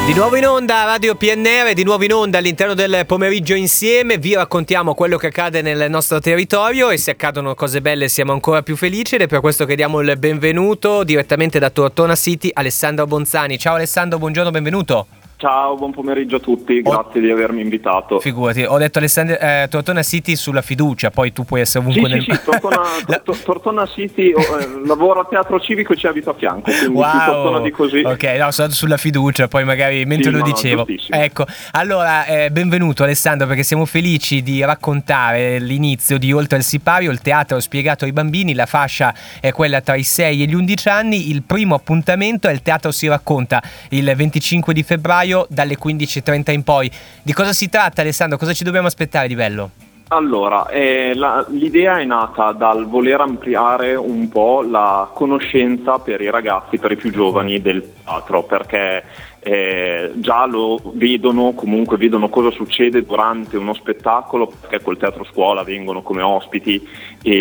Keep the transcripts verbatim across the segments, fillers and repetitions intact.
Di nuovo in onda Radio P N R, di nuovo in onda all'interno del pomeriggio insieme, vi raccontiamo quello che accade nel nostro territorio e se accadono cose belle siamo ancora più felici ed è per questo che diamo il benvenuto direttamente da Tortona City Alessandro Bonzani. Ciao Alessandro, buongiorno, benvenuto. Ciao, buon pomeriggio a tutti, grazie oh, di avermi invitato. Figurati, ho detto Alessandro, eh, Tortona City sulla fiducia, poi tu puoi essere ovunque sì, nel... Sì, sì, Tortona, La... Tortona City, oh, eh, lavoro a Teatro Civico e ci abito a fianco, quindi wow. più Tortona di così. Ok, no, sono sulla fiducia, poi magari mentre sì, lo no, dicevo. No, ecco, allora, eh, benvenuto Alessandro, perché siamo felici di raccontare l'inizio di Oltre il Sipario, il teatro spiegato ai bambini, la fascia è quella tra i sei e gli undici anni, il primo appuntamento è il Teatro si racconta, il venticinque di febbraio dalle quindici e trenta in poi. Di cosa si tratta, Alessandro? Cosa ci dobbiamo aspettare di bello? Allora, eh, la, l'idea è nata dal voler ampliare un po' la conoscenza per i ragazzi, per i più giovani del teatro, perché eh, già lo vedono, comunque vedono cosa succede durante uno spettacolo, perché col teatro scuola vengono come ospiti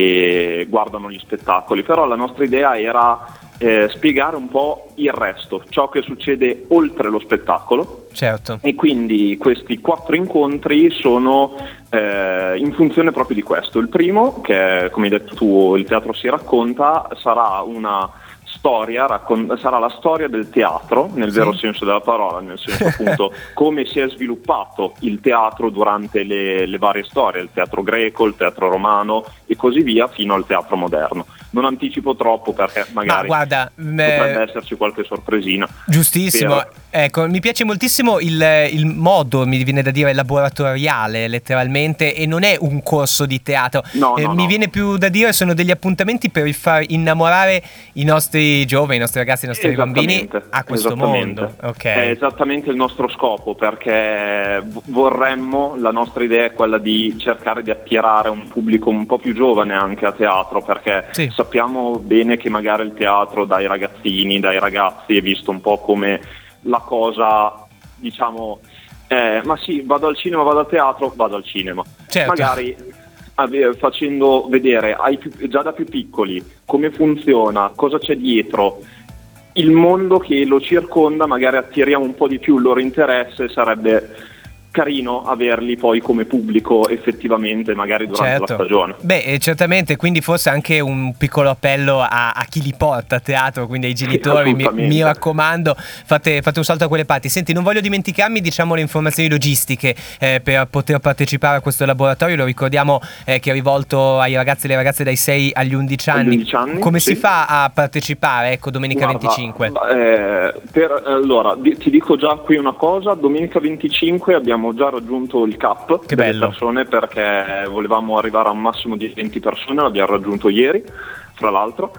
e guardano gli spettacoli, però la nostra idea era Eh, spiegare un po' il resto, ciò che succede oltre lo spettacolo. Certo. E quindi questi quattro incontri sono eh, in funzione proprio di questo. Il primo, che è, come hai detto tu, il teatro si racconta, sarà una storia, raccon- sarà la storia del teatro nel sì. vero senso della parola, nel senso appunto come si è sviluppato il teatro durante le, le varie storie, il teatro greco, il teatro romano e così via fino al teatro moderno. Non anticipo troppo perché magari Ma guarda, potrebbe eh, esserci qualche sorpresina. Giustissimo, per... ecco, mi piace moltissimo il, il modo, mi viene da dire laboratoriale letteralmente, e non è un corso di teatro, no, eh, no, mi no. viene più da dire sono degli appuntamenti per far innamorare i nostri giovani, i nostri ragazzi, i nostri bambini a questo mondo. Okay. È esattamente il nostro scopo, perché vorremmo, la nostra idea è quella di cercare di attirare un pubblico un po' più giovane anche a teatro, perché sì. sappiamo bene che magari il teatro dai ragazzini, dai ragazzi è visto un po' come la cosa, diciamo, eh, ma sì, vado al cinema, vado al teatro, vado al cinema. Certo. Magari facendo vedere ai più, già da più piccoli come funziona, cosa c'è dietro, il mondo che lo circonda, magari attiriamo un po' di più il loro interesse, sarebbe carino averli poi come pubblico effettivamente magari durante certo. la stagione. Beh, certamente, quindi forse anche un piccolo appello a, a chi li porta a teatro, quindi ai genitori, mi, mi raccomando, fate, fate un salto a quelle parti. Senti, non voglio dimenticarmi, diciamo, le informazioni logistiche eh, per poter partecipare a questo laboratorio. Lo ricordiamo eh, che è rivolto ai ragazzi e alle ragazze dai sei agli undici anni. undici anni Come sì. si fa a partecipare, ecco, domenica Guarda, venticinque? Eh, per, allora, di, ti dico già qui una cosa, domenica venticinque abbiamo già raggiunto il cap che delle bello. persone, perché volevamo arrivare a un massimo di venti persone, l'abbiamo raggiunto ieri fra l'altro,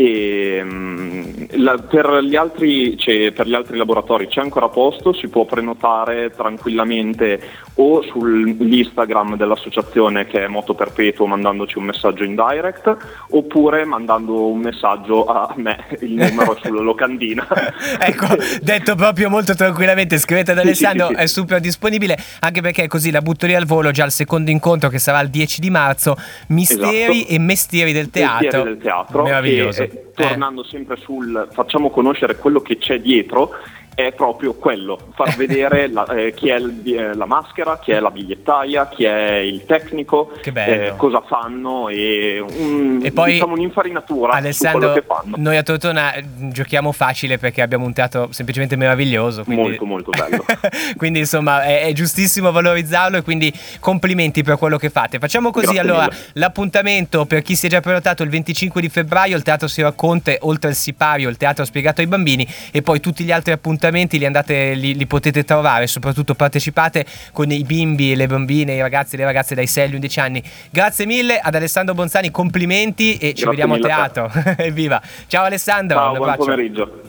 e mh, la, per gli altri cioè, per gli altri laboratori c'è ancora posto, si può prenotare tranquillamente o sull'Instagram dell'associazione, che è Moto Perpetuo, mandandoci un messaggio in direct, oppure mandando un messaggio a me, il numero sulla locandina. Ecco, detto proprio molto tranquillamente, scrivete ad Alessandro, sì, sì, sì. È super disponibile, anche perché così la butto lì al volo, già il secondo incontro che sarà il dieci di marzo, misteri esatto. e mestieri del teatro. Mestieri del teatro, meraviglioso. E, eh, tornando sempre sul facciamo conoscere quello che c'è dietro, è proprio quello, far vedere la, eh, chi è il, eh, la maschera, chi è la bigliettaia, chi è il tecnico, che bello. Eh, cosa fanno e, un, e poi, diciamo un'infarinatura Alessandro, su quello che fanno. Noi a Tortona giochiamo facile perché abbiamo un teatro semplicemente meraviglioso. Quindi... Molto molto bello. Quindi insomma è, è giustissimo valorizzarlo e quindi complimenti per quello che fate. Facciamo così. Grazie allora mille. L'appuntamento per chi si è già prenotato il venticinque di febbraio, il teatro si racconta, Oltre il Sipario, il teatro spiegato ai bambini, e poi tutti gli altri appuntamenti li andate li, li potete trovare, soprattutto partecipate con i bimbi, le bambine, i ragazzi e le ragazze dai sei agli undici anni. Grazie mille ad Alessandro Bonzani, complimenti e ci Grazie vediamo a mille teatro. Evviva! Ciao Alessandro, ciao, un buon abbraccio. pomeriggio.